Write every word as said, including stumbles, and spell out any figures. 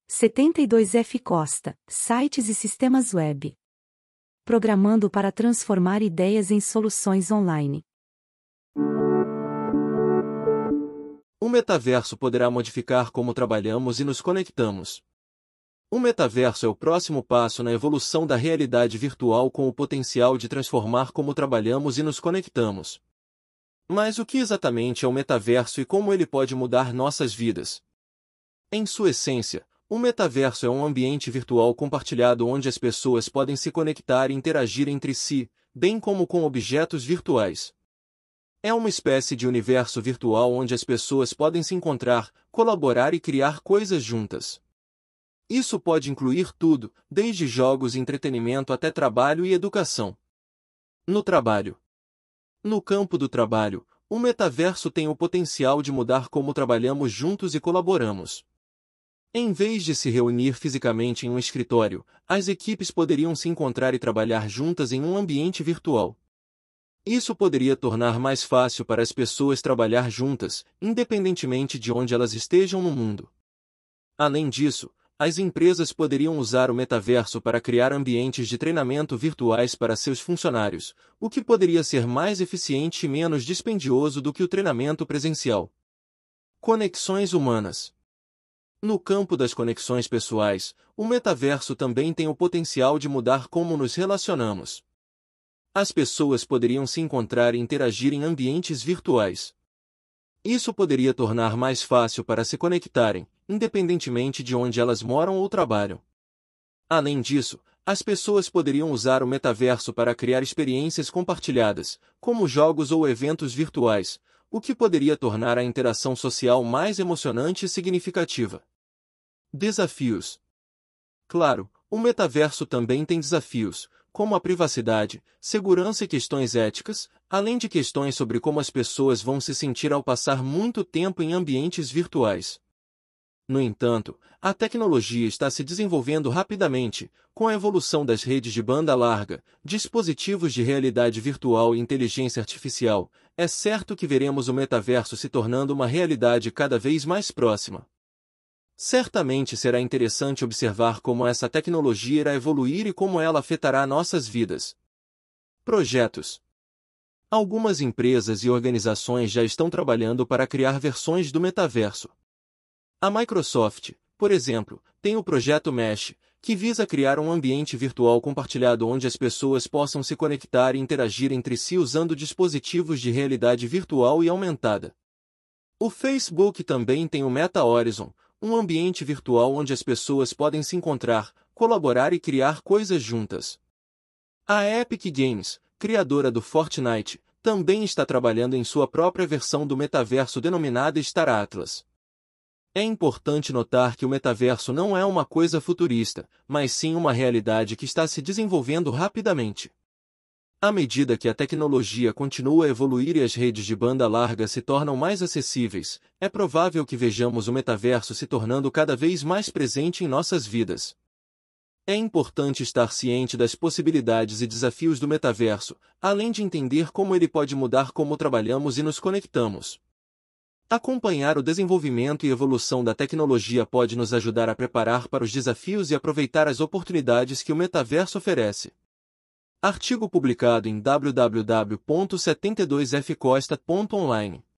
setenta e dois F Costa, sites e sistemas web. Programando para transformar ideias em soluções online. O metaverso poderá modificar como trabalhamos e nos conectamos. O metaverso é o próximo passo na evolução da realidade virtual com o potencial de transformar como trabalhamos e nos conectamos. Mas o que exatamente é o metaverso e como ele pode mudar nossas vidas? Em sua essência, o metaverso é um ambiente virtual compartilhado onde as pessoas podem se conectar e interagir entre si, bem como com objetos virtuais. É uma espécie de universo virtual onde as pessoas podem se encontrar, colaborar e criar coisas juntas. Isso pode incluir tudo, desde jogos e entretenimento até trabalho e educação. No trabalho. No campo do trabalho, o metaverso tem o potencial de mudar como trabalhamos juntos e colaboramos. Em vez de se reunir fisicamente em um escritório, as equipes poderiam se encontrar e trabalhar juntas em um ambiente virtual. Isso poderia tornar mais fácil para as pessoas trabalhar juntas, independentemente de onde elas estejam no mundo. Além disso, as empresas poderiam usar o metaverso para criar ambientes de treinamento virtuais para seus funcionários, o que poderia ser mais eficiente e menos dispendioso do que o treinamento presencial. Conexões humanas. No campo das conexões pessoais, o metaverso também tem o potencial de mudar como nos relacionamos. As pessoas poderiam se encontrar e interagir em ambientes virtuais. Isso poderia tornar mais fácil para se conectarem, independentemente de onde elas moram ou trabalham. Além disso, as pessoas poderiam usar o metaverso para criar experiências compartilhadas, como jogos ou eventos virtuais, o que poderia tornar a interação social mais emocionante e significativa. Desafios. Claro, o metaverso também tem desafios, como a privacidade, segurança e questões éticas, além de questões sobre como as pessoas vão se sentir ao passar muito tempo em ambientes virtuais. No entanto, a tecnologia está se desenvolvendo rapidamente, com a evolução das redes de banda larga, dispositivos de realidade virtual e inteligência artificial. É certo que veremos o metaverso se tornando uma realidade cada vez mais próxima. Certamente será interessante observar como essa tecnologia irá evoluir e como ela afetará nossas vidas. Projetos. Algumas empresas e organizações já estão trabalhando para criar versões do metaverso. A Microsoft, por exemplo, tem o projeto Mesh, que visa criar um ambiente virtual compartilhado onde as pessoas possam se conectar e interagir entre si usando dispositivos de realidade virtual e aumentada. O Facebook também tem o Meta Horizon, um ambiente virtual onde as pessoas podem se encontrar, colaborar e criar coisas juntas. A Epic Games, criadora do Fortnite, também está trabalhando em sua própria versão do metaverso denominada Star Atlas. É importante notar que o metaverso não é uma coisa futurista, mas sim uma realidade que está se desenvolvendo rapidamente. À medida que a tecnologia continua a evoluir e as redes de banda larga se tornam mais acessíveis, é provável que vejamos o metaverso se tornando cada vez mais presente em nossas vidas. É importante estar ciente das possibilidades e desafios do metaverso, além de entender como ele pode mudar como trabalhamos e nos conectamos. Acompanhar o desenvolvimento e evolução da tecnologia pode nos ajudar a preparar para os desafios e aproveitar as oportunidades que o metaverso oferece. Artigo publicado em w w w ponto setenta e dois f costa ponto online.